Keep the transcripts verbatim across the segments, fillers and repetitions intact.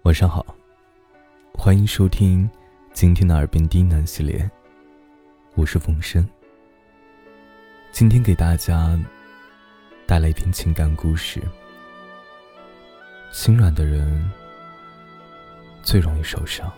晚上好，欢迎收听今天的耳边低喃系列，我是冯生。今天给大家带来一篇情感故事。心软的人最容易受伤。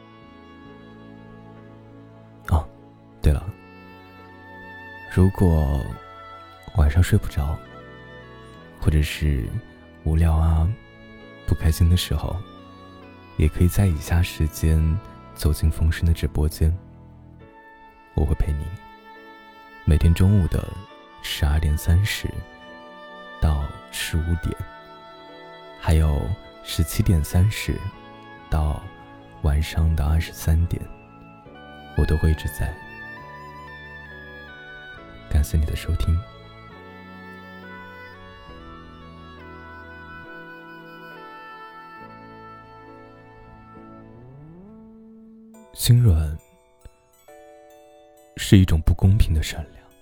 哦，对了，如果晚上睡不着，或者是无聊啊不开心的时候，也可以在以下时间走进冯生的直播间，我会陪你。每天中午的十二点三十到十五点，还有十七点三十到晚上的二十三点，我都会一直在。感谢你的收听。心软是一种不公平的善良，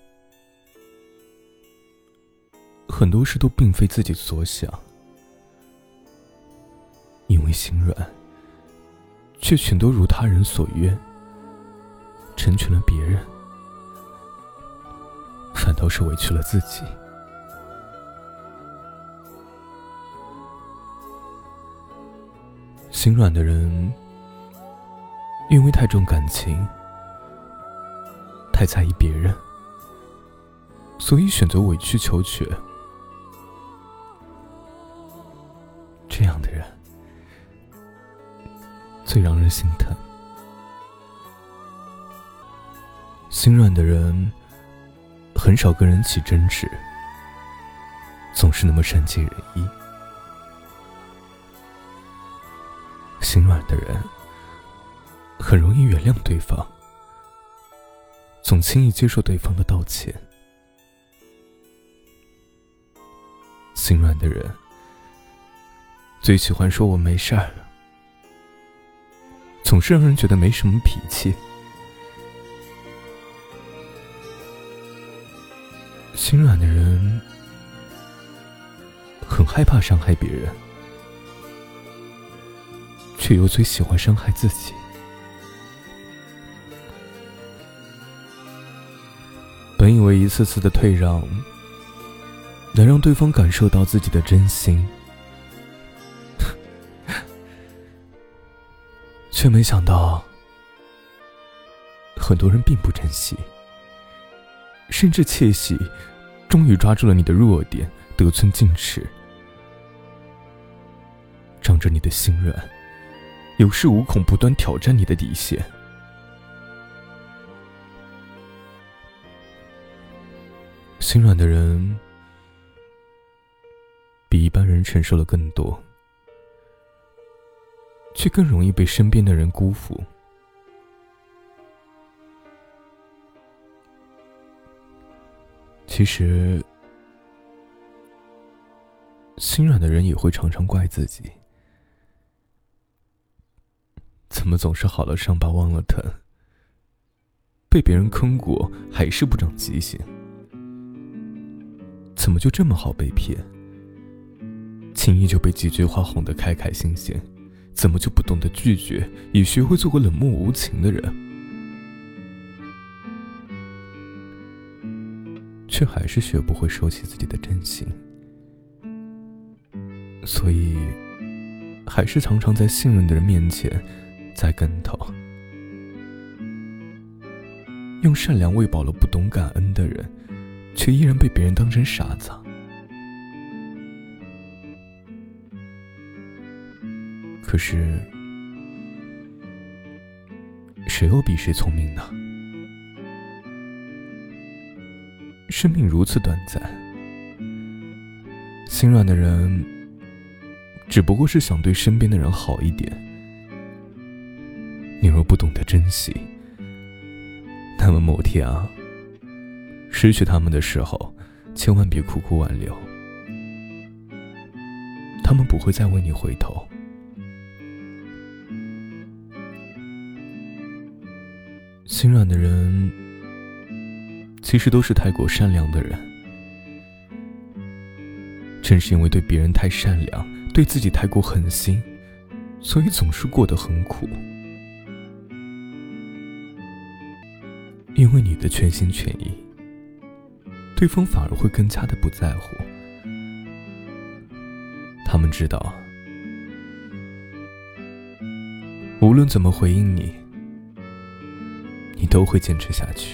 很多事都并非自己所想，因为心软，却全都如他人所愿，成全了别人，反倒是委屈了自己。心软的人因为太重感情，太在意别人，所以选择委曲求全。这样的人最让人心疼。心软的人很少跟人起争执，总是那么善解人意。心软的人很容易原谅对方，总轻易接受对方的道歉。心软的人最喜欢说我没事儿，总是让人觉得没什么脾气。心软的人很害怕伤害别人，却又最喜欢伤害自己。本以为一次次的退让能让对方感受到自己的真心，却没想到很多人并不珍惜，甚至窃喜终于抓住了你的弱点，得寸进尺，仗着你的心软，有恃无恐，不断挑战你的底线。心软的人比一般人承受了更多，却更容易被身边的人辜负。其实心软的人也会常常怪自己，怎么总是好了伤疤忘了疼，被别人坑过还是不长记性，怎么就这么好被骗，轻易就被几句话哄得开开心心，怎么就不懂得拒绝，也学会做个冷漠无情的人，却还是学不会收起自己的真心，所以还是常常在信任的人面前栽跟头，用善良喂饱了不懂感恩的人，却依然被别人当成傻子。可是谁又比谁聪明呢？生命如此短暂，心软的人只不过是想对身边的人好一点。你若不懂得珍惜，那么某天啊，失去他们的时候，千万别苦苦挽留，他们不会再为你回头。心软的人其实都是太过善良的人，正是因为对别人太善良，对自己太过狠心， 所以总是过得很苦。因为你的全心全意，对方反而会更加的不在乎。他们知道，无论怎么回应你，你都会坚持下去，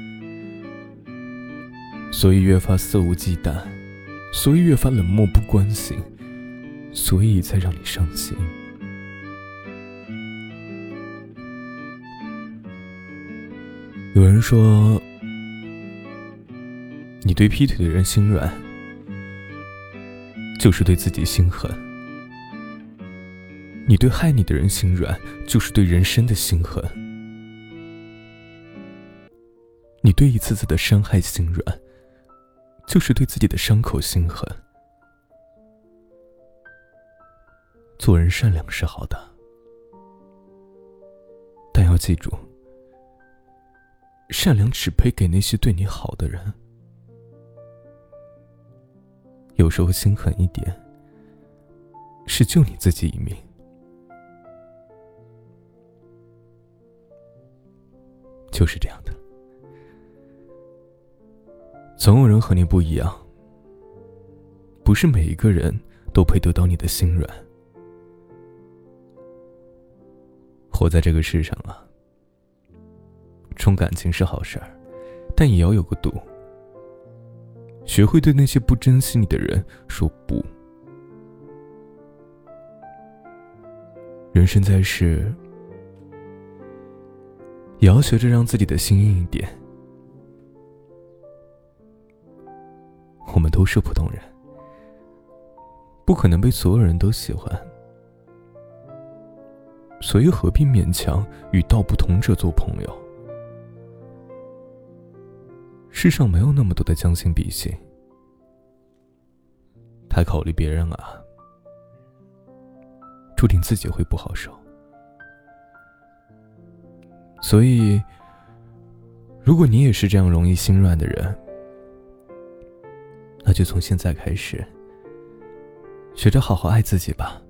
所以越发肆无忌惮，所以越发冷漠不关心，所以才让你伤心。有人说，你对劈腿的人心软，就是对自己心狠；你对害你的人心软，就是对人生的心狠；你对一次次的伤害心软，就是对自己的伤口心狠。做人善良是好的，但要记住，善良只配给那些对你好的人。有时候心狠一点，是救你自己一命。就是这样的，总有人和你不一样，不是每一个人都配得到你的心软。活在这个世上啊，重感情是好事儿，但也要有个度。学会对那些不珍惜你的人说不。人生在世，也要学着让自己的心硬一点。我们都是普通人，不可能被所有人都喜欢，所以何必勉强与道不同者做朋友？世上没有那么多的将心比心，太考虑别人啊，注定自己会不好受。所以，如果你也是这样容易心软的人，那就从现在开始，学着好好爱自己吧。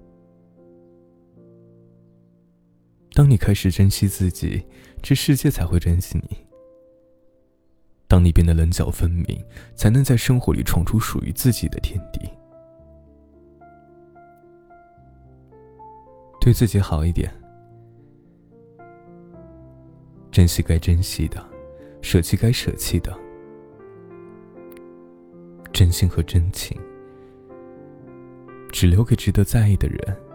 当你开始珍惜自己，这世界才会珍惜你。当你变得棱角分明，才能在生活里闯出属于自己的天地。对自己好一点，珍惜该珍惜的，舍弃该舍弃的，真心和真情只留给值得在意的人。